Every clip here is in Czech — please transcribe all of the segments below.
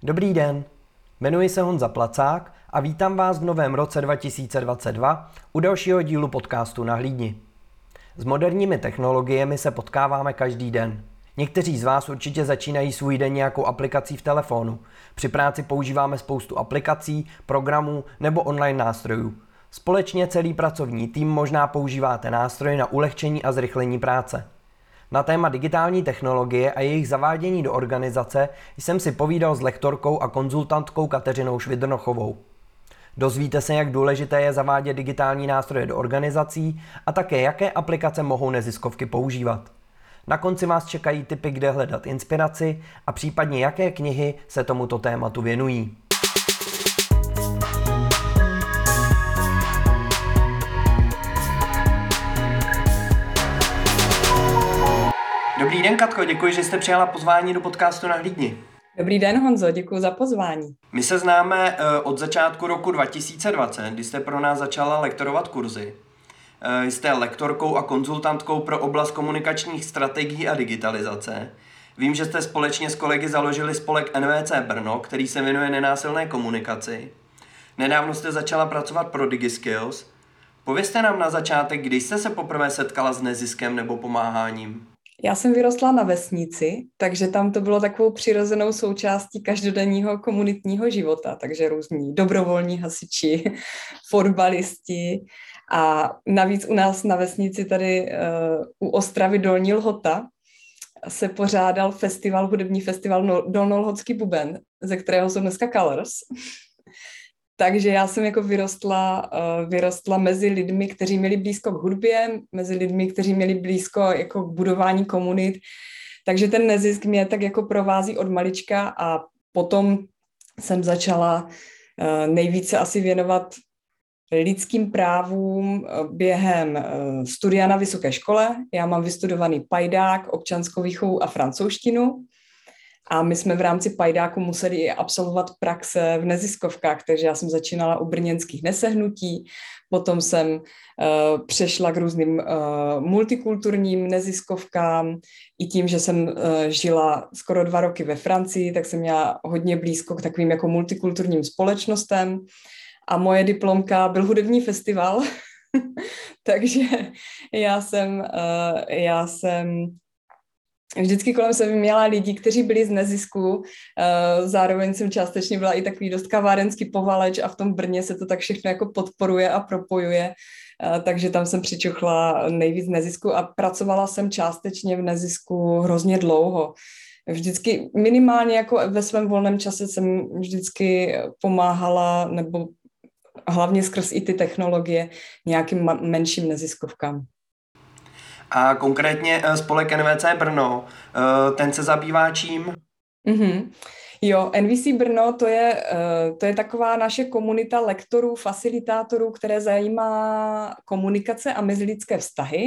Dobrý den, jmenuji se Honza Placák a vítám vás v novém roce 2022 u dalšího dílu podcastu Nahlídni. S moderními technologiemi se potkáváme každý den. Někteří z vás určitě začínají svůj den nějakou aplikací v telefonu. Při práci používáme spoustu aplikací, programů nebo online nástrojů. Společně celý pracovní tým možná používáte nástroje na ulehčení a zrychlení práce. Na téma digitální technologie a jejich zavádění do organizace jsem si povídal s lektorkou a konzultantkou Kateřinou Švidrnochovou. Dozvíte se, jak důležité je zavádět digitální nástroje do organizací a také jaké aplikace mohou neziskovky používat. Na konci vás čekají tipy, kde hledat inspiraci a případně jaké knihy se tomuto tématu věnují. Dobrý den, Katko, děkuji, že jste přijala pozvání do podcastu Nahlídni. Dobrý den, Honzo, děkuji za pozvání. My se známe od začátku roku 2020, kdy jste pro nás začala lektorovat kurzy. Jste lektorkou a konzultantkou pro oblast komunikačních strategií a digitalizace. Vím, že jste společně s kolegy založili spolek NVC Brno, který se věnuje nenásilné komunikaci. Nedávno jste začala pracovat pro DigiSkills. Povězte nám na začátek, kdy jste se poprvé setkala s neziskem nebo pomáháním. Já jsem vyrostla na vesnici, takže tam to bylo takovou přirozenou součástí každodenního komunitního života, takže různí dobrovolní hasiči, fotbalisti a navíc u nás na vesnici tady u Ostravy Dolní Lhota se pořádal hudební festival Dolnolhotský buben, ze kterého jsou dneska Colors. Takže já jsem jako vyrostla mezi lidmi, kteří měli blízko k hudbě, mezi lidmi, kteří měli blízko jako k budování komunit. Takže ten nezisk mě tak jako provází od malička a potom jsem začala nejvíce asi věnovat lidským právům během studia na vysoké škole. Já mám vystudovaný pajdák, občanskou výchovu a francouzštinu. A my jsme v rámci pajdáku museli i absolvovat praxe v neziskovkách, takže já jsem začínala u brněnských Nesehnutí, potom jsem přešla k různým multikulturním neziskovkám. I tím, že jsem žila skoro 2 roky ve Francii, tak jsem měla hodně blízko k takovým jako multikulturním společnostem. A moje diplomka byl hudební festival, takže já jsem vždycky kolem sebe měla lidi, kteří byli z nezisku, zároveň jsem částečně byla i takový dost kavárenský povaleč a v tom Brně se to tak všechno jako podporuje a propojuje, takže tam jsem přičuchla nejvíc nezisku a pracovala jsem částečně v nezisku hrozně dlouho. Vždycky minimálně jako ve svém volném čase jsem vždycky pomáhala, nebo hlavně skrz i ty technologie, nějakým menším neziskovkám. A konkrétně spolek NVC Brno, ten se zabývá čím? Mm-hmm. Jo, NVC Brno to je taková naše komunita lektorů, facilitátorů, které zajímá komunikace a mezilidské vztahy.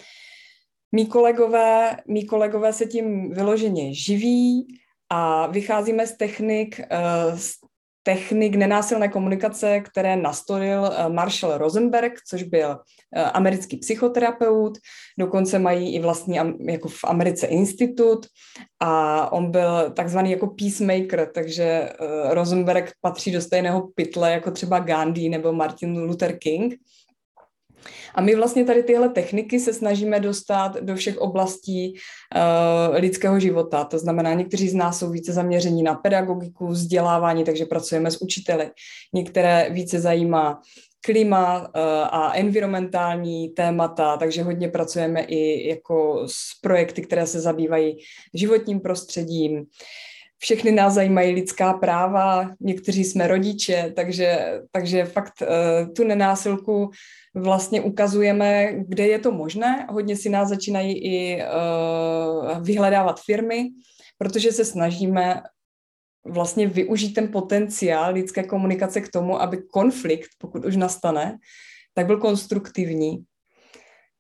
Mí kolegové se tím vyloženě živí a vycházíme z technik nenásilné komunikace, které nastolil Marshall Rosenberg, což byl americký psychoterapeut, dokonce mají i vlastní jako v Americe institut a on byl takzvaný jako peacemaker, takže Rosenberg patří do stejného pytle jako třeba Gandhi nebo Martin Luther King. A my vlastně tady tyhle techniky se snažíme dostat do všech oblastí lidského života. To znamená, někteří z nás jsou více zaměření na pedagogiku, vzdělávání, takže pracujeme s učiteli. Některé více zajímá klima a environmentální témata, takže hodně pracujeme i jako s projekty, které se zabývají životním prostředím. Všechny nás zajímají lidská práva, někteří jsme rodiče, takže fakt tu nenásilku vlastně ukazujeme, kde je to možné. Hodně si nás začínají i vyhledávat firmy, protože se snažíme vlastně využít ten potenciál lidské komunikace k tomu, aby konflikt, pokud už nastane, tak byl konstruktivní.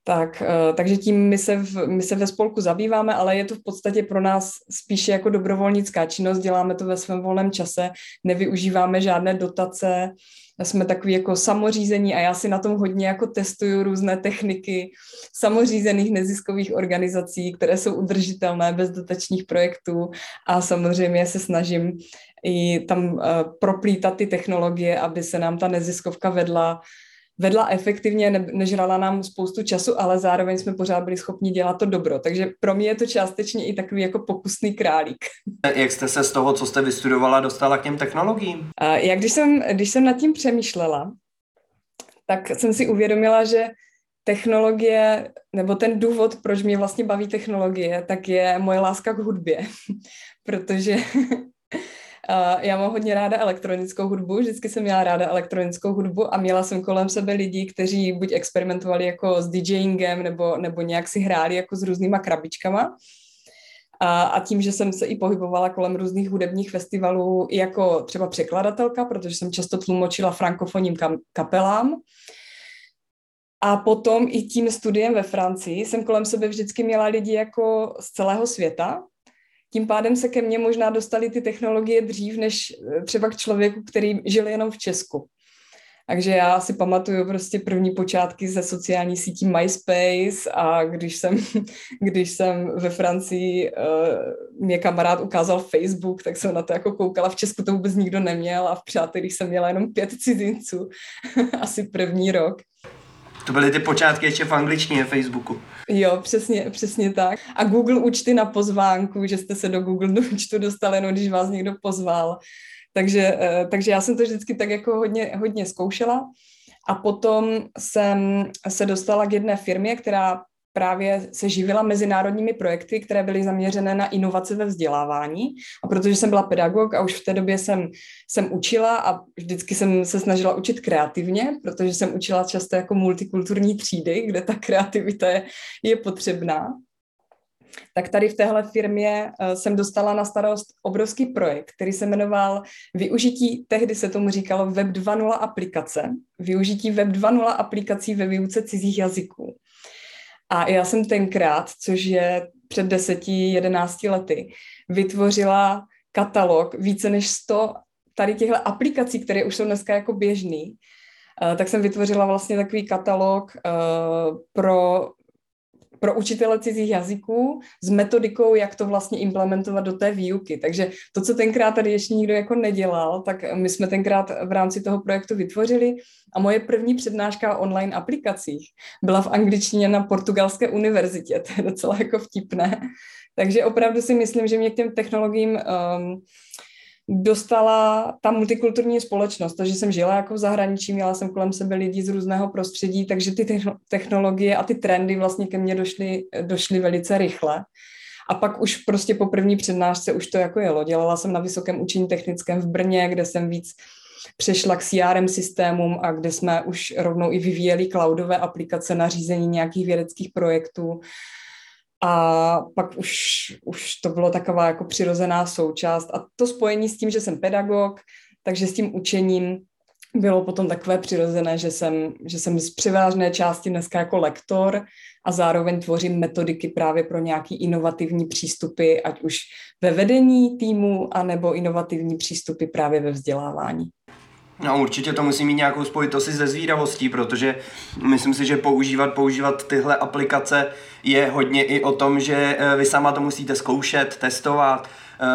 Takže tím my se ve spolku zabýváme, ale je to v podstatě pro nás spíše jako dobrovolnická činnost, děláme to ve svém volném čase, nevyužíváme žádné dotace, jsme takový jako samořízení a já si na tom hodně jako testuju různé techniky samořízených neziskových organizací, které jsou udržitelné bez dotačních projektů a samozřejmě se snažím i tam proplítat ty technologie, aby se nám ta neziskovka vedla efektivně, nežrala nám spoustu času, ale zároveň jsme pořád byli schopni dělat to dobro. Takže pro mě je to částečně i takový jako pokusný králík. Jak jste se z toho, co jste vystudovala, dostala k těm technologiím? Když jsem nad tím přemýšlela, tak jsem si uvědomila, že technologie, nebo ten důvod, proč mě vlastně baví technologie, tak je moje láska k hudbě. Protože já mám hodně ráda elektronickou hudbu, vždycky jsem měla ráda elektronickou hudbu a měla jsem kolem sebe lidi, kteří buď experimentovali jako s DJingem, nebo nějak si hráli jako s různýma krabičkama. A tím, že jsem se i pohybovala kolem různých hudebních festivalů i jako třeba překladatelka, protože jsem často tlumočila frankofonním kapelám. A potom i tím studiem ve Francii jsem kolem sebe vždycky měla lidi jako z celého světa. Tím pádem se ke mně možná dostaly ty technologie dřív, než třeba k člověku, který žil jenom v Česku. Takže já si pamatuju prostě první počátky ze sociální sítí MySpace a když jsem ve Francii mě kamarád ukázal Facebook, tak jsem na to jako koukala. V Česku to vůbec nikdo neměl a v přátelích jsem měla jenom 5 cizinců asi první rok. To byly ty počátky ještě v angličtině Facebooku. Jo, přesně tak. A Google účty na pozvánku, že jste se do Google účtu dostali, no, když vás někdo pozval. Takže já jsem to vždycky tak jako hodně zkoušela. A potom jsem se dostala k jedné firmě, která právě se živila mezinárodními projekty, které byly zaměřené na inovace ve vzdělávání. A protože jsem byla pedagog a už v té době jsem učila a vždycky jsem se snažila učit kreativně, protože jsem učila často jako multikulturní třídy, kde ta kreativita je potřebná. Tak tady v téhle firmě jsem dostala na starost obrovský projekt, který se jmenoval Využití, tehdy se tomu říkalo Web 2.0 aplikace, využití Web 2.0 aplikací ve výuce cizích jazyků. A já jsem tenkrát, což je před 10-11 lety, vytvořila katalog více než 100 tady těchto aplikací, které už jsou dneska jako běžný. Tak jsem vytvořila vlastně takový katalog pro učitele cizích jazyků s metodikou, jak to vlastně implementovat do té výuky. Takže to, co tenkrát tady ještě nikdo jako nedělal, tak my jsme tenkrát v rámci toho projektu vytvořili a moje první přednáška o online aplikacích byla v angličtině na portugalské univerzitě. To je docela jako vtipné. Takže opravdu si myslím, že mě k těm technologiím dostala ta multikulturní společnost, takže jsem žila jako v zahraničí, měla jsem kolem sebe lidi z různého prostředí, takže ty technologie a ty trendy vlastně ke mně došly velice rychle. A pak už prostě po první přednášce už to jako jelo. Dělala jsem na Vysokém učení technickém v Brně, kde jsem víc přešla k CRM systémům a kde jsme už rovnou i vyvíjeli cloudové aplikace na řízení nějakých vědeckých projektů. A pak už to bylo taková jako přirozená součást. A to spojení s tím, že jsem pedagog, takže s tím učením bylo potom takové přirozené, že jsem z převážné části dneska jako lektor a zároveň tvořím metodiky právě pro nějaký inovativní přístupy, ať už ve vedení týmu, anebo inovativní přístupy právě ve vzdělávání. No určitě to musí mít nějakou spojitost se zvídavostí, protože myslím si, že používat tyhle aplikace je hodně i o tom, že vy sama to musíte zkoušet, testovat.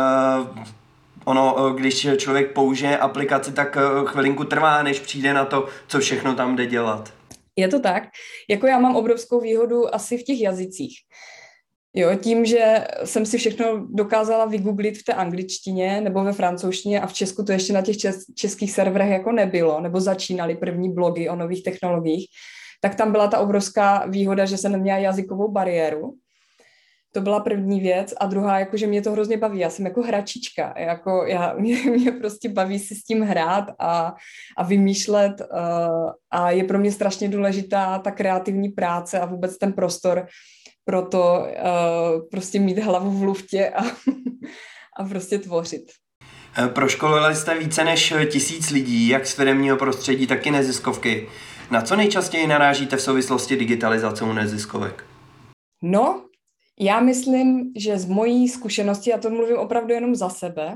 Když člověk použije aplikaci, tak chvilinku trvá, než přijde na to, co všechno tam jde dělat. Je to tak. Jako já mám obrovskou výhodu asi v těch jazycích. Jo, tím, že jsem si všechno dokázala vygooglit v té angličtině nebo ve francouzštině a v Česku to ještě na těch českých serverech jako nebylo, nebo začínaly první blogy o nových technologiích, tak tam byla ta obrovská výhoda, že jsem neměla jazykovou bariéru. To byla první věc a druhá, jako, že mě to hrozně baví. Já jsem jako hračička, mě prostě baví si s tím hrát a vymýšlet a je pro mě strašně důležitá ta kreativní práce a vůbec ten prostor pro to prostě mít hlavu v luftě a prostě tvořit. Proškolili jste více než 1000 lidí, jak z firemního prostředí, tak i neziskovky. Na co nejčastěji narážíte v souvislosti digitalizace u neziskovek? No, já myslím, že z mojí zkušenosti, já to mluvím opravdu jenom za sebe,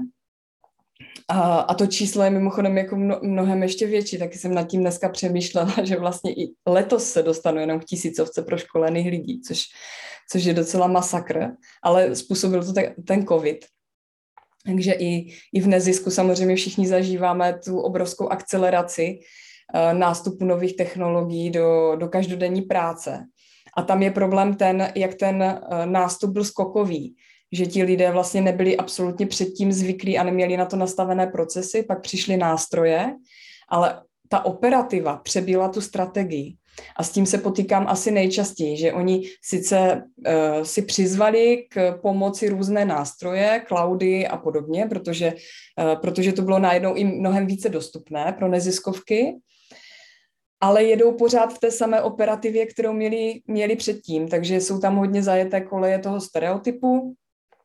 a to číslo je mimochodem jako mnohem ještě větší, taky jsem nad tím dneska přemýšlela, že vlastně i letos se dostanu jenom k 1000 proškolených lidí, což je docela masakr, ale způsobil to ten covid. Takže i v nezisku samozřejmě všichni zažíváme tu obrovskou akceleraci nástupu nových technologií do každodenní práce. A tam je problém jak ten nástup byl skokový, že ti lidé vlastně nebyli absolutně předtím zvyklí a neměli na to nastavené procesy, pak přišly nástroje, ale ta operativa přebila tu strategii. A s tím se potýkám asi nejčastěji, že oni sice si přizvali k pomoci různé nástroje, cloudy a podobně, protože to bylo najednou i mnohem více dostupné pro neziskovky, ale jedou pořád v té samé operativě, kterou měli předtím, takže jsou tam hodně zajeté koleje toho stereotypu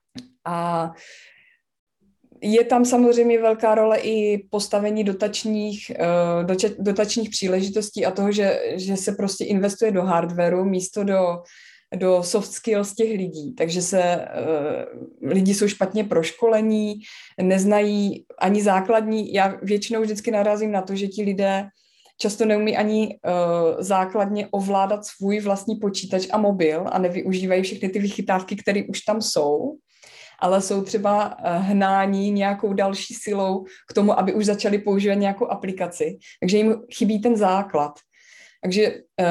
a je tam samozřejmě velká role i postavení dotačních příležitostí a toho, že se prostě investuje do hardwareu místo do soft skills těch lidí. Takže lidi jsou špatně proškolení, neznají ani základní. Já většinou vždycky narazím na to, že ti lidé často neumí ani základně ovládat svůj vlastní počítač a mobil a nevyužívají všechny ty vychytávky, které už tam jsou, ale jsou třeba hnání nějakou další silou k tomu, aby už začali používat nějakou aplikaci. Takže jim chybí ten základ. Takže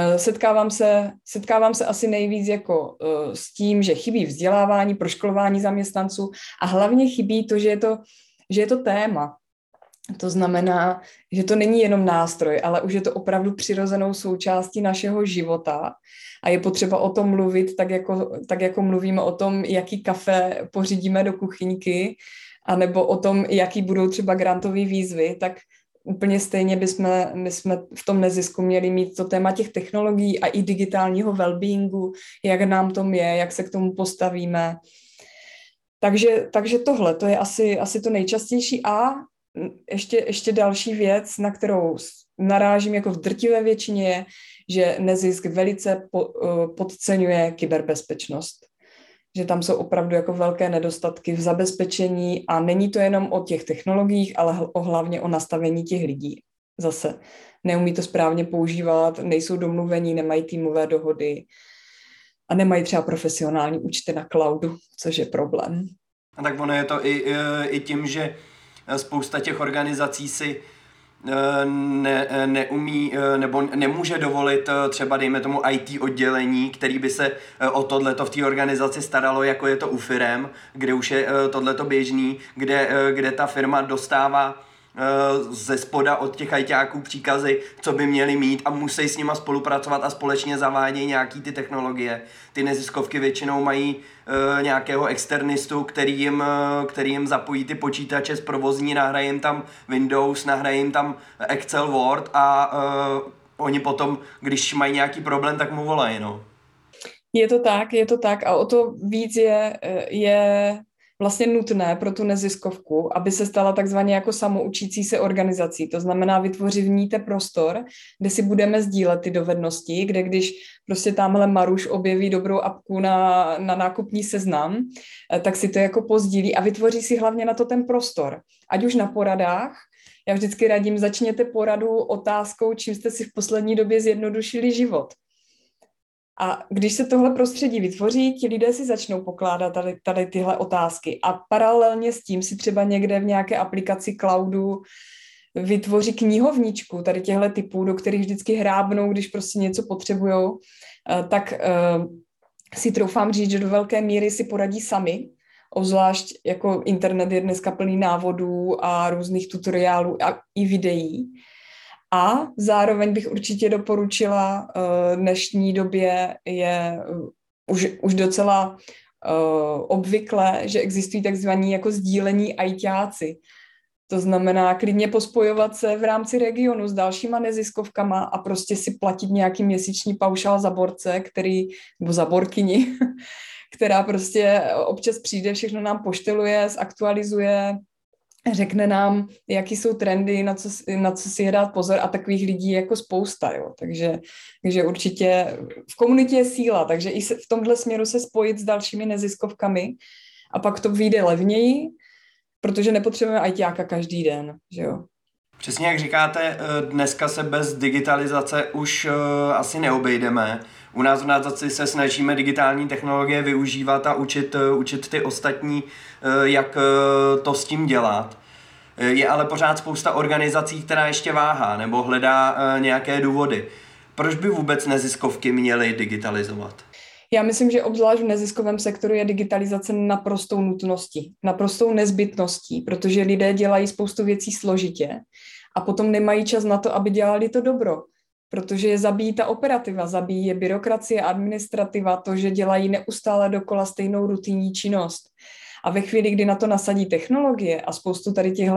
setkávám se asi nejvíc jako s tím, že chybí vzdělávání, proškolování zaměstnanců a hlavně chybí to, že je to téma. To znamená, že to není jenom nástroj, ale už je to opravdu přirozenou součástí našeho života a je potřeba o tom mluvit tak jako mluvíme o tom, jaký kafe pořídíme do kuchyňky, anebo o tom, jaký budou třeba grantové výzvy, tak úplně stejně bychom v tom nezisku měli mít to téma těch technologií a i digitálního wellbeingu, jak nám to je, jak se k tomu postavíme. Takže tohle, to je asi to nejčastější a ještě další věc, na kterou narážím jako v drtivé většině, je, že nezisk velice podceňuje kyberbezpečnost. Že tam jsou opravdu jako velké nedostatky v zabezpečení a není to jenom o těch technologiích, ale hlavně o nastavení těch lidí. Zase neumí to správně používat, nejsou domluvení, nemají týmové dohody a nemají třeba profesionální účty na cloudu, což je problém. A tak ono je to i tím, že spousta těch organizací si neumí nebo nemůže dovolit třeba dejme tomu IT oddělení, který by se o tohleto v té organizaci staralo, jako je to u firem, kde už je tohleto běžný, kde ta firma dostává ze spoda od těch ajťáků příkazy, co by měli mít a musí s nima spolupracovat a společně zavádějí nějaký ty technologie. Ty neziskovky většinou mají nějakého externistu, který jim zapojí ty počítače z provozní, nahrají jim tam Windows, nahrají jim tam Excel, Word a oni potom, když mají nějaký problém, tak mu volají, no. Je to tak a o to víc je vlastně nutné pro tu neziskovku, aby se stala takzvaně jako samoučící se organizací. To znamená vytvořit v ní ten prostor, kde si budeme sdílet ty dovednosti, kde když prostě tamhle Maruš objeví dobrou apku na nákupní seznam, tak si to jako pozdílí a vytvoří si hlavně na to ten prostor. Ať už na poradách, já vždycky radím, začněte poradu otázkou, čím jste si v poslední době zjednodušili život. A když se tohle prostředí vytvoří, ti lidé si začnou pokládat tady tyhle otázky a paralelně s tím si třeba někde v nějaké aplikaci cloudu vytvoří knihovničku tady těchto typů, do kterých vždycky hrábnou, když prostě něco potřebujou, tak si troufám říct, že do velké míry si poradí sami, obzvlášť jako internet je dneska plný návodů a různých tutoriálů a i videí. A zároveň bych určitě doporučila, dnešní době je už docela obvyklé, že existují takzvaní jako sdílení ajťáci. To znamená klidně pospojovat se v rámci regionu s dalšíma neziskovkama a prostě si platit nějaký měsíční paušál za borce, nebo za borkyni, která prostě občas přijde, všechno nám pošteluje, zaktualizuje, řekne nám, jaký jsou trendy, na co si je dát pozor a takových lidí je jako spousta, jo. Takže určitě v komunitě je síla, takže i v tomhle směru se spojit s dalšími neziskovkami a pak to vyjde levněji, protože nepotřebujeme ajťáka každý den, že jo. Přesně jak říkáte, dneska se bez digitalizace už asi neobejdeme. U nás v nadaci se snažíme digitální technologie využívat a učit ty ostatní, jak to s tím dělat. Je ale pořád spousta organizací, která ještě váhá nebo hledá nějaké důvody. Proč by vůbec neziskovky měly digitalizovat? Já myslím, že obzvlášť v neziskovém sektoru je digitalizace naprostou nutností, naprostou nezbytností, protože lidé dělají spoustu věcí složitě a potom nemají čas na to, aby dělali to dobro, protože je zabíjí ta operativa, zabíjí je byrokracie, administrativa, to, že dělají neustále dokola stejnou rutinní činnost. A ve chvíli, kdy na to nasadí technologie a spoustu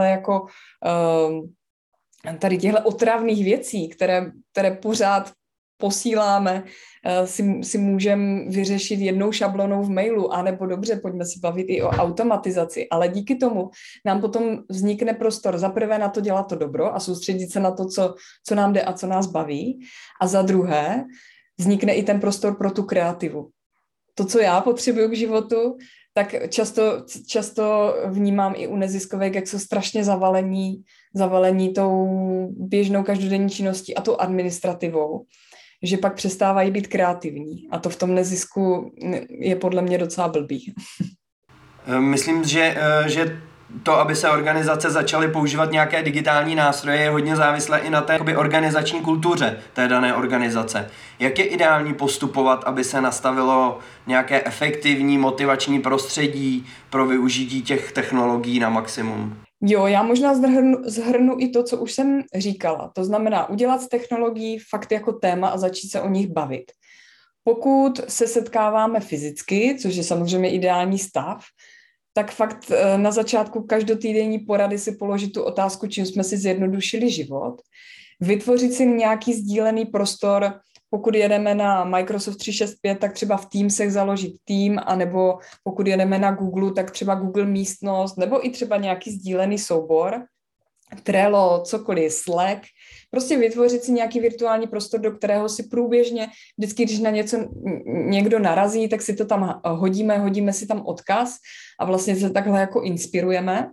tady těchto otravných věcí, které pořád posíláme, si můžeme vyřešit jednou šablonou v mailu, anebo dobře, pojďme si bavit i o automatizaci, ale díky tomu nám potom vznikne prostor za prvé na to dělat to dobro a soustředit se na to, co nám jde a co nás baví, a za druhé vznikne i ten prostor pro tu kreativu. To, co já potřebuju k životu, tak často vnímám i u neziskovek, jak jsou strašně zavalení tou běžnou každodenní činností a tou administrativou, že pak přestávají být kreativní. A to v tom nezisku je podle mě docela blbý. Myslím, že to, aby se organizace začaly používat nějaké digitální nástroje, je hodně závislé i na té organizační kultuře té dané organizace. Jak je ideální postupovat, aby se nastavilo nějaké efektivní motivační prostředí pro využití těch technologií na maximum? Jo, já možná zhrnu i to, co už jsem říkala. To znamená udělat z technologií fakt jako téma a začít se o nich bavit. Pokud se setkáváme fyzicky, což je samozřejmě ideální stav, tak fakt na začátku každotýdenní porady si položit tu otázku, čím jsme si zjednodušili život, vytvořit si nějaký sdílený prostor. Pokud jedeme na Microsoft 365, tak třeba v Teamsech založit tým, anebo pokud jedeme na Google, tak třeba Google místnost, nebo i třeba nějaký sdílený soubor, Trello, cokoliv, Slack. Prostě vytvořit si nějaký virtuální prostor, do kterého si průběžně, vždycky, když na něco někdo narazí, tak si to tam hodíme si tam odkaz a vlastně se takhle jako inspirujeme.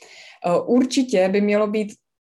Určitě by mělo být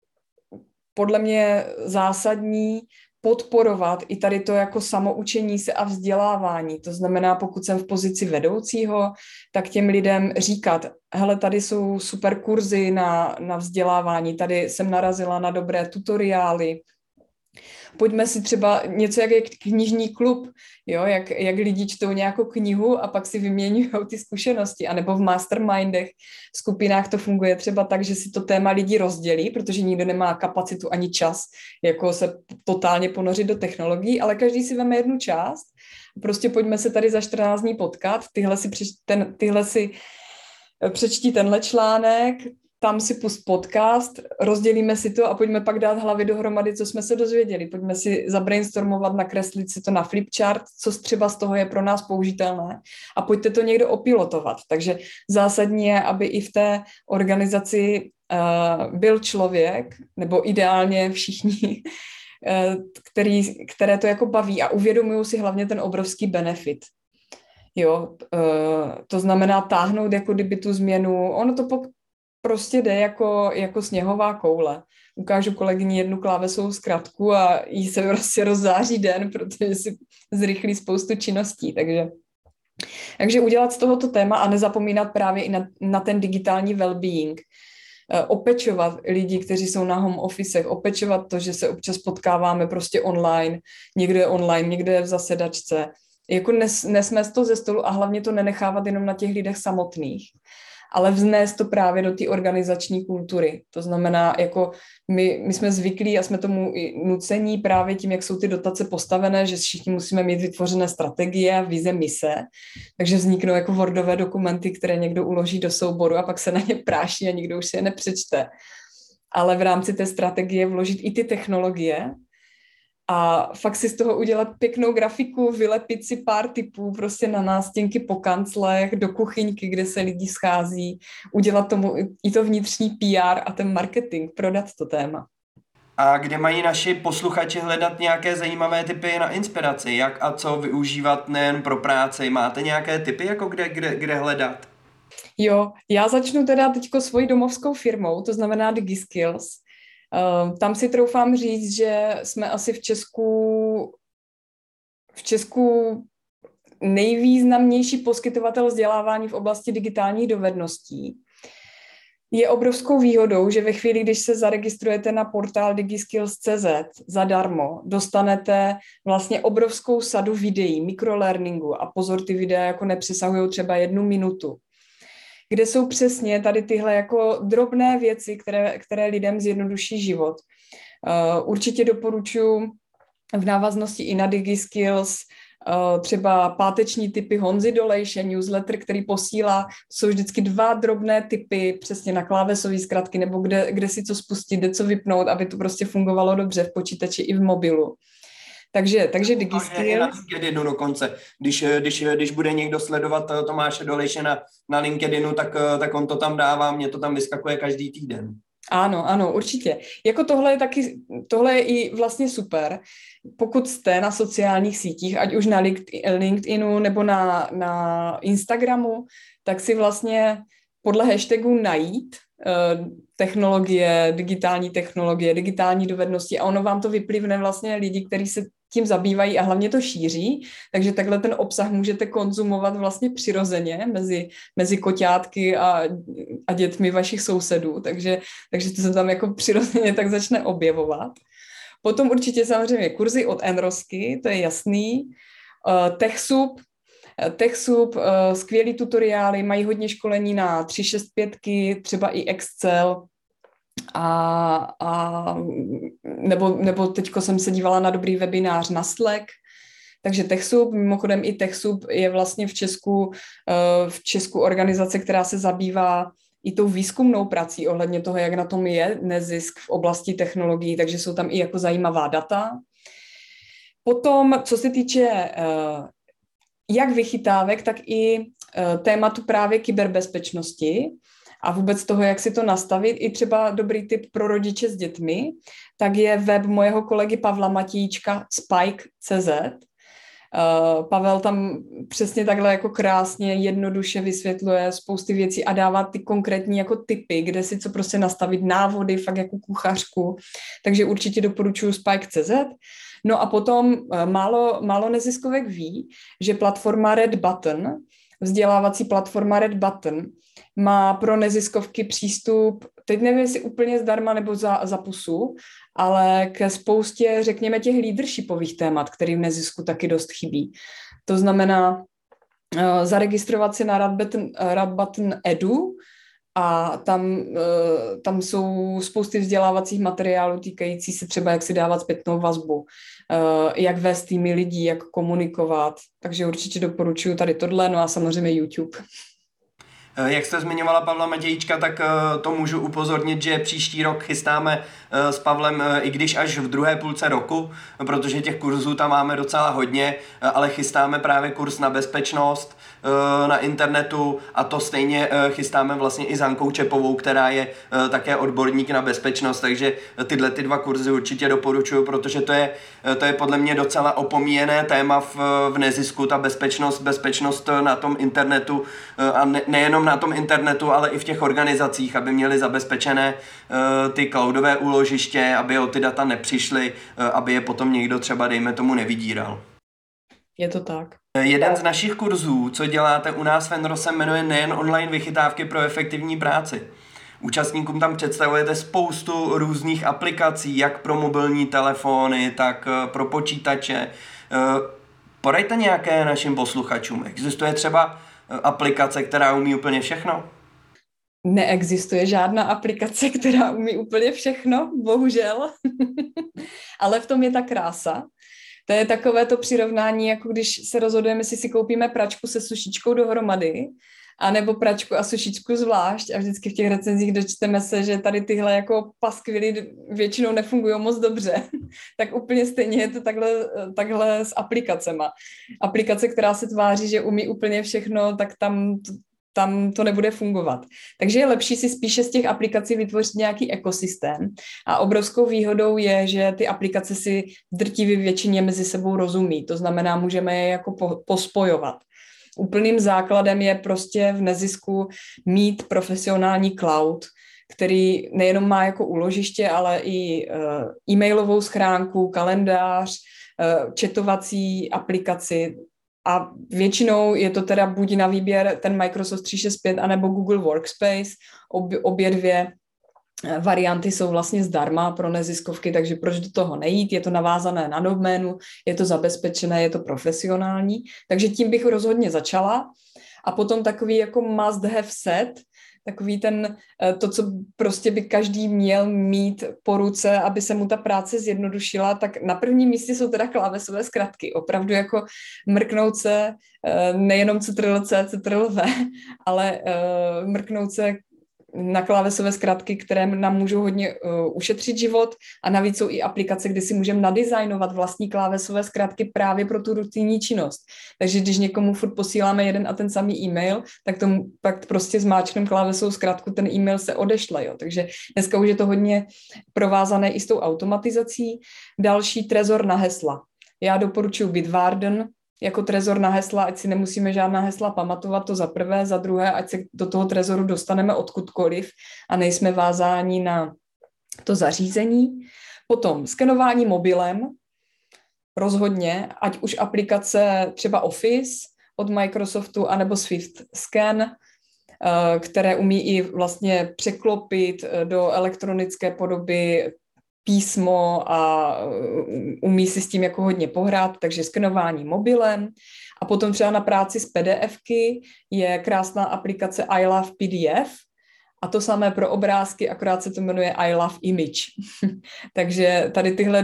podle mě zásadní podporovat i tady to jako samoučení se a vzdělávání. To znamená, pokud jsem v pozici vedoucího, tak těm lidem říkat, hele, tady jsou super kurzy na vzdělávání, tady jsem narazila na dobré tutoriály, pojďme si třeba něco, jak je knižní klub, jo? Jak lidi čtou nějakou knihu a pak si vyměňují ty zkušenosti, anebo v mastermindech, skupinách to funguje třeba tak, že si to téma lidi rozdělí, protože nikdo nemá kapacitu ani čas, jako se totálně ponořit do technologií, ale každý si veme jednu část, prostě pojďme se tady za 14 dní potkat, tyhle si přečti tenhle článek, tam si pust podcast, rozdělíme si to a pojďme pak dát hlavy dohromady, co jsme se dozvěděli. Pojďme si zabrainstormovat, nakreslit si to na flipchart, co třeba z toho je pro nás použitelné a pojďte to někdo opilotovat. Takže zásadní je, aby i v té organizaci byl člověk, nebo ideálně všichni, které to jako baví a uvědomují si hlavně ten obrovský benefit. Jo, to znamená táhnout jako kdyby tu změnu, ono to prostě jde jako sněhová koule. Ukážu kolegyni jednu klávesovou zkratku a jí se prostě rozzáří den, protože si zrychlí spoustu činností. Takže udělat z tohoto téma a nezapomínat právě i na ten digitální well-being. Opečovat lidi, kteří jsou na home officech, opečovat to, že se občas potkáváme prostě online, někdo je v zasedačce. Jako nesmést to ze stolu a hlavně to nenechávat jenom na těch lidech samotných, ale vznést to právě do té organizační kultury. To znamená, jako my jsme zvyklí a jsme tomu i nucení právě tím, jak jsou ty dotace postavené, že všichni musíme mít vytvořené strategie, vize, mise, takže vzniknou jako wordové dokumenty, které někdo uloží do souboru a pak se na ně práší a nikdo už si je nepřečte. Ale v rámci té strategie vložit i ty technologie a fakt si z toho udělat pěknou grafiku, vylepit si pár typů prostě na nástěnky po kanclech, do kuchyňky, kde se lidi schází, udělat tomu i to vnitřní PR a ten marketing, prodat to téma. A kde mají naši posluchači hledat nějaké zajímavé tipy na inspiraci, jak a co využívat nejen pro práci? Máte nějaké tipy, jako kde hledat? Jo, já začnu teda teďko svojí domovskou firmou, to znamená DigiSkills. Tam si troufám říct, že jsme asi v Česku nejvýznamnější poskytovatel vzdělávání v oblasti digitálních dovedností. Je obrovskou výhodou, že ve chvíli, když se zaregistrujete na portál digiskills.cz zadarmo, dostanete vlastně obrovskou sadu videí, mikrolearningu, a pozor, ty videa jako nepřesahují třeba 1 minutu, kde jsou přesně tady tyhle jako drobné věci, které lidem zjednoduší život. Určitě doporučuji v návaznosti i na DigiSkills třeba páteční tipy Honzy Dolejše, newsletter, který posílá, jsou vždycky 2 drobné tipy přesně na klávesové zkratky, nebo kde si co spustit, kde co vypnout, aby to prostě fungovalo dobře v počítači i v mobilu. Takže DigiSkills. Na LinkedInu dokonce. Když bude někdo sledovat Tomáše Dolejše na LinkedInu, tak on to tam dává, mně to tam vyskakuje každý týden. Ano, určitě. Jako tohle je i vlastně super, pokud jste na sociálních sítích, ať už na LinkedInu nebo na Instagramu, tak si vlastně podle hashtagu najít digitální dovednosti, a ono vám to vyplivne vlastně lidi, kteří se tím zabývají a hlavně to šíří, takže takhle ten obsah můžete konzumovat vlastně přirozeně mezi koťátky a dětmi vašich sousedů, takže to se tam jako přirozeně tak začne objevovat. Potom určitě samozřejmě kurzy od Enrosky, to je jasný. TechSoup, skvělý tutoriály, mají hodně školení na 365, třeba i Excel, nebo teďko jsem se dívala na dobrý webinář na Slack, takže TechSoup, mimochodem i TechSoup je vlastně v Česku organizace, která se zabývá i tou výzkumnou prací ohledně toho, jak na tom je nezisk v oblasti technologií, takže jsou tam i jako zajímavá data. Potom, co se týče jak vychytávek, tak i tématu právě kyberbezpečnosti a vůbec toho, jak si to nastavit, i třeba dobrý tip pro rodiče s dětmi, tak je web mojeho kolegy Pavla Matíčka Spike.cz. Pavel tam přesně takhle jako krásně, jednoduše vysvětluje spousty věcí a dává ty konkrétní jako tipy, kde si co prostě nastavit, návody, fakt jako kuchařku. Takže určitě doporučuji Spike.cz. No a potom málo neziskovek ví, že platforma Red Button, vzdělávací platforma Red Button, má pro neziskovky přístup, teď nevím, jestli úplně zdarma nebo za pusu, ale ke spoustě, řekněme, těch leadershipových témat, který v nezisku taky dost chybí. To znamená zaregistrovat se na Red Button Edu, a tam jsou spousty vzdělávacích materiálů týkající se třeba, jak si dávat zpětnou vazbu, jak vést týmy lidí, jak komunikovat. Takže určitě doporučuji tady tohle, no a samozřejmě YouTube. Jak jste zmiňovala Pavla Matějíčka, tak to můžu upozornit, že příští rok chystáme s Pavlem, i když až v druhé půlce roku, protože těch kurzů tam máme docela hodně, ale chystáme právě kurz na bezpečnost na internetu, a to stejně chystáme vlastně i s Hankou Čepovou, která je také odborník na bezpečnost, takže tyhle 2 kurzy určitě doporučuji, protože to je podle mě docela opomíjené téma v nezisku, ta bezpečnost na tom internetu, a nejenom na tom internetu, ale i v těch organizacích, aby měli zabezpečené ty cloudové úložiště, aby o ty data nepřišly, aby je potom někdo třeba, dejme tomu, nevydíral. Je to tak. Jeden z našich kurzů, co děláte u nás v Enrose, jmenuje Nejen online vychytávky pro efektivní práci. Účastníkům tam představujete spoustu různých aplikací, jak pro mobilní telefony, tak pro počítače. Poraďte nějaké našim posluchačům. Existuje třeba aplikace, která umí úplně všechno? Neexistuje žádná aplikace, která umí úplně všechno, bohužel. Ale v tom je ta krása. To je takové to přirovnání, jako když se rozhodujeme, jestli si koupíme pračku se sušičkou dohromady, a nebo pračku a sušičku zvlášť a vždycky v těch recenzích dočteme se, že tady tyhle jako paskvily většinou nefungují moc dobře. Tak úplně stejně je to takhle s aplikacema. Aplikace, která se tváří, že umí úplně všechno, tak tam to nebude fungovat. Takže je lepší si spíše z těch aplikací vytvořit nějaký ekosystém. A obrovskou výhodou je, že ty aplikace si v drtivé většině mezi sebou rozumí. To znamená, můžeme je jako pospojovat. Úplným základem je prostě v nezisku mít profesionální cloud, který nejenom má jako úložiště, ale i e-mailovou schránku, kalendář, chatovací aplikaci. A většinou je to teda buď na výběr ten Microsoft 365 anebo Google Workspace. Obě dvě varianty jsou vlastně zdarma pro neziskovky, takže proč do toho nejít? Je to navázané na doménu, je to zabezpečené, je to profesionální. Takže tím bych rozhodně začala. A potom takový jako must have set, takový to, co prostě by každý měl mít po ruce, aby se mu ta práce zjednodušila, tak na prvním místě jsou teda klávesové zkratky. Opravdu jako mrknout se, nejenom Ctrl-C, Ctrl-V, ale mrknout se na klávesové zkratky, které nám můžou hodně ušetřit život a navíc jsou i aplikace, kde si můžeme nadizajnovat vlastní klávesové zkratky právě pro tu rutinní činnost. Takže když někomu furt posíláme jeden a ten samý e-mail, tak tomu pak prostě zmáčkneme klávesovou zkratku, ten e-mail se odešle. Jo. Takže dneska už je to hodně provázané i s tou automatizací. Další trezor na hesla. Já doporučuji Bitwarden jako trezor na hesla, ať si nemusíme žádná hesla pamatovat, to za prvé, za druhé, ať se do toho trezoru dostaneme odkudkoliv a nejsme vázáni na to zařízení. Potom skenování mobilem, rozhodně, ať už aplikace třeba Office od Microsoftu, anebo Swift Scan, které umí i vlastně překlopit do elektronické podoby písmo a umí si s tím jako hodně pohrát, takže skenování mobilem. A potom třeba na práci s PDFky je krásná aplikace I Love PDF a to samé pro obrázky, akorát se to jmenuje I Love Image. Takže tady tyhle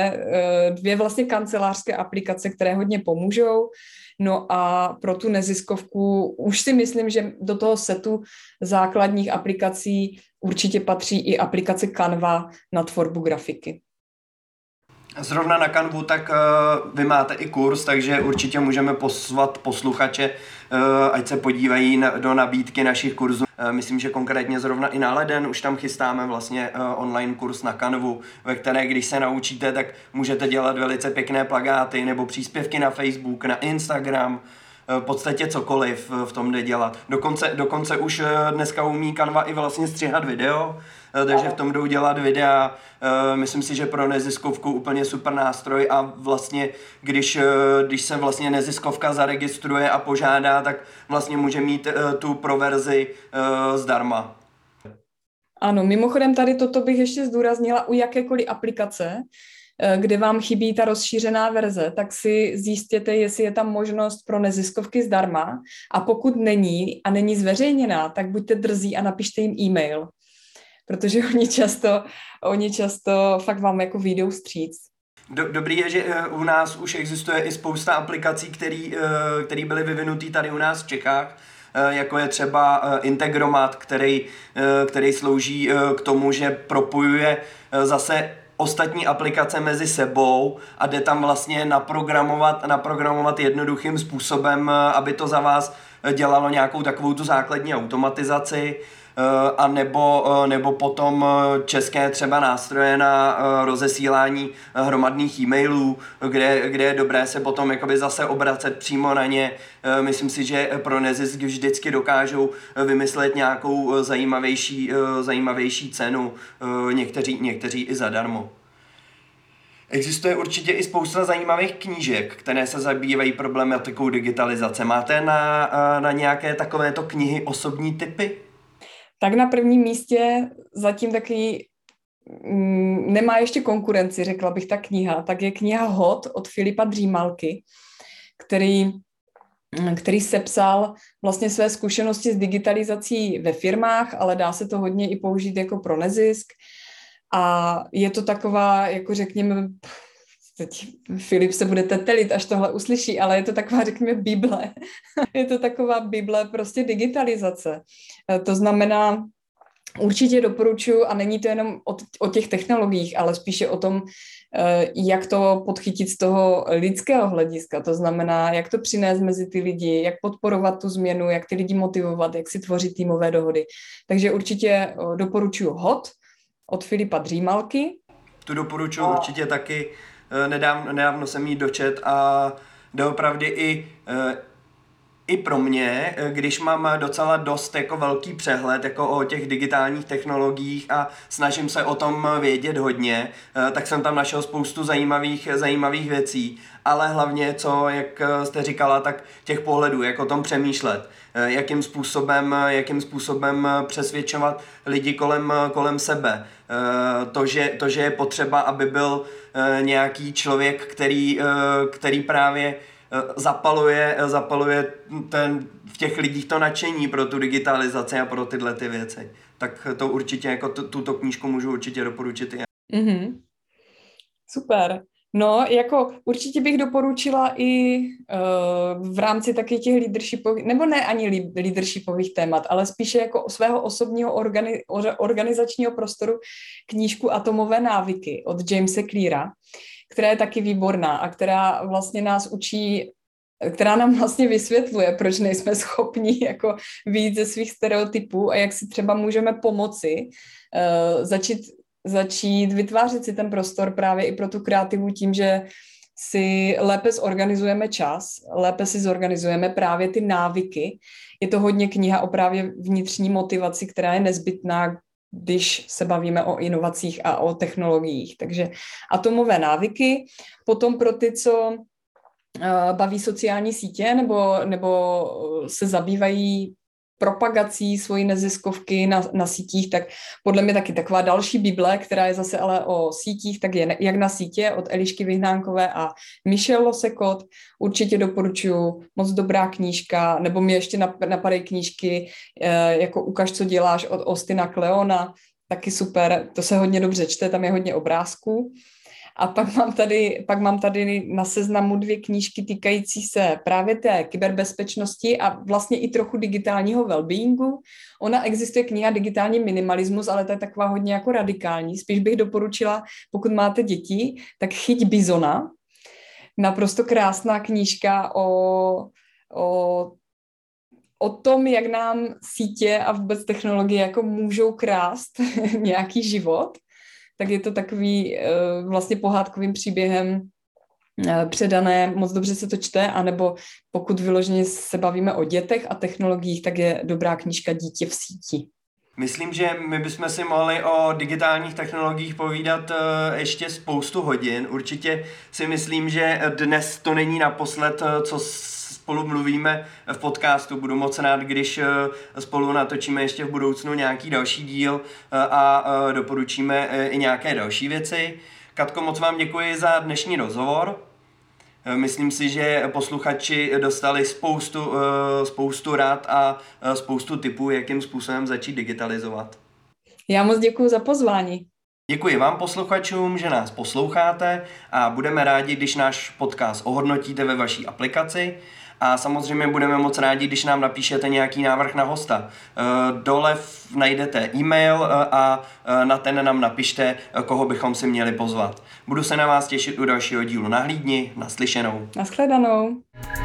dvě vlastně kancelářské aplikace, které hodně pomůžou. No a pro tu neziskovku už si myslím, že do toho setu základních aplikací určitě patří i aplikace Canva na tvorbu grafiky. Zrovna na Canvu, tak vy máte i kurz, takže určitě můžeme pozvat posluchače, ať se podívají do nabídky našich kurzů. Myslím, že konkrétně zrovna i na leden už tam chystáme vlastně online kurz na Canvu, ve které, když se naučíte, tak můžete dělat velice pěkné plakáty nebo příspěvky na Facebook, na Instagram, v podstatě cokoliv v tom jde dělat. Dokonce už dneska umí Canva i vlastně stříhat video, takže v tom jdou dělat videa. Myslím si, že pro neziskovku úplně super nástroj a vlastně, když se vlastně neziskovka zaregistruje a požádá, tak vlastně může mít tu proverzi zdarma. Ano, mimochodem tady toto bych ještě zdůraznila u jakékoliv aplikace, kde vám chybí ta rozšířená verze, tak si zjistěte, jestli je tam možnost pro neziskovky zdarma a pokud není a není zveřejněná, tak buďte drzí a napište jim e-mail, protože oni často fakt vám jako vyjdou vstříc. Dobrý je, že u nás už existuje i spousta aplikací, které byly vyvinuty tady u nás v Čechách, jako je třeba Integromat, který slouží k tomu, že propojuje zase ostatní aplikace mezi sebou a jde tam vlastně naprogramovat jednoduchým způsobem, aby to za vás dělalo nějakou takovou tu základní automatizaci, a nebo potom české třeba nástroje na rozesílání hromadných e-mailů, kde je dobré se potom jakoby zase obracet přímo na ně. Myslím si, že pro nezisk vždycky dokážou vymyslet nějakou zajímavější cenu, někteří i zadarmo. Existuje určitě i spousta zajímavých knížek, které se zabývají problematikou digitalizace. Máte na nějaké takovéto knihy osobní tipy? Tak na prvním místě zatím taky nemá ještě konkurenci, řekla bych ta kniha, tak je kniha Hot od Filipa Dřímalky, který sepsal vlastně své zkušenosti s digitalizací ve firmách, ale dá se to hodně i použít jako pro nezisk. A je to taková, jako řekněme, teď Filip se bude tetelit, až tohle uslyší, ale je to taková, řekněme, bible. Je to taková bible prostě digitalizace. To znamená, určitě doporučuji, a není to jenom o těch technologiích, ale spíše o tom, jak to podchytit z toho lidského hlediska. To znamená, jak to přinést mezi ty lidi, jak podporovat tu změnu, jak ty lidi motivovat, jak si tvořit týmové dohody. Takže určitě doporučuji HOT od Filipa Dřímalky. Tu doporučuji určitě taky. Nedávno jsem jí dočet a doopravdy i pro mě, když mám docela dost jako velký přehled jako o těch digitálních technologiích a snažím se o tom vědět hodně, tak jsem tam našel spoustu zajímavých věcí, ale hlavně, jak jste říkala, tak těch pohledů, jak o tom přemýšlet, jakým způsobem přesvědčovat lidi kolem sebe. To, že je potřeba, aby byl nějaký člověk, který právě zapaluje v těch lidích to nadšení pro tu digitalizaci a pro tyhle ty věci. Tak to určitě, jako tuto knížku můžu určitě doporučit i já. Mm-hmm. Super. No, jako určitě bych doporučila i v rámci taky těch leadershipových, nebo ne ani leadershipových témat, ale spíše jako svého osobního organizačního prostoru knížku Atomové návyky od Jamese Cleara, která je taky výborná a která vlastně nás učí, která nám vlastně vysvětluje, proč nejsme schopni jako vyjít ze svých stereotypů a jak si třeba můžeme pomoci začít vytvářet si ten prostor právě i pro tu kreativu tím, že si lépe zorganizujeme čas, lépe si zorganizujeme právě ty návyky. Je to hodně kniha o právě vnitřní motivaci, která je nezbytná, když se bavíme o inovacích a o technologiích. Takže Atomové návyky. Potom pro ty, co baví sociální sítě nebo se zabývají propagací svojí neziskovky na sítích, tak podle mě taky taková další bible, která je zase ale o sítích, tak je Jak na sítě od Elišky Vyhnánkové a Michelle Lossekot. Určitě doporučuji, moc dobrá knížka, nebo mě ještě napadají knížky jako Ukaž, co děláš od Austina Kleona, taky super, to se hodně dobře čte, tam je hodně obrázků. A pak mám tady na seznamu 2 knížky týkající se právě té kyberbezpečnosti a vlastně i trochu digitálního wellbeingu. Ona existuje kniha Digitální minimalismus, ale to je taková hodně jako radikální. Spíš bych doporučila, pokud máte děti, tak Chyť bizona. Naprosto krásná knížka o tom, jak nám sítě a vůbec technologie jako můžou krást nějaký život. Tak je to takový vlastně pohádkovým příběhem předané, moc dobře se to čte, anebo pokud vyloženě se bavíme o dětech a technologiích, tak je dobrá knížka Dítě v síti. Myslím, že my bychom si mohli o digitálních technologiích povídat ještě spoustu hodin. Určitě si myslím, že dnes to není naposled, co spolu mluvíme v podcastu. Budu moc rád, když spolu natočíme ještě v budoucnu nějaký další díl a doporučíme i nějaké další věci. Katko, moc vám děkuji za dnešní rozhovor. Myslím si, že posluchači dostali spoustu rad a spoustu tipů, jakým způsobem začít digitalizovat. Já moc děkuji za pozvání. Děkuji vám posluchačům, že nás posloucháte a budeme rádi, když náš podcast ohodnotíte ve vaší aplikaci. A samozřejmě budeme moc rádi, když nám napíšete nějaký návrh na hosta. Dole najdete e-mail a na ten nám napište, koho bychom si měli pozvat. Budu se na vás těšit u dalšího dílu. Nahlídni, naslyšenou. Naschledanou.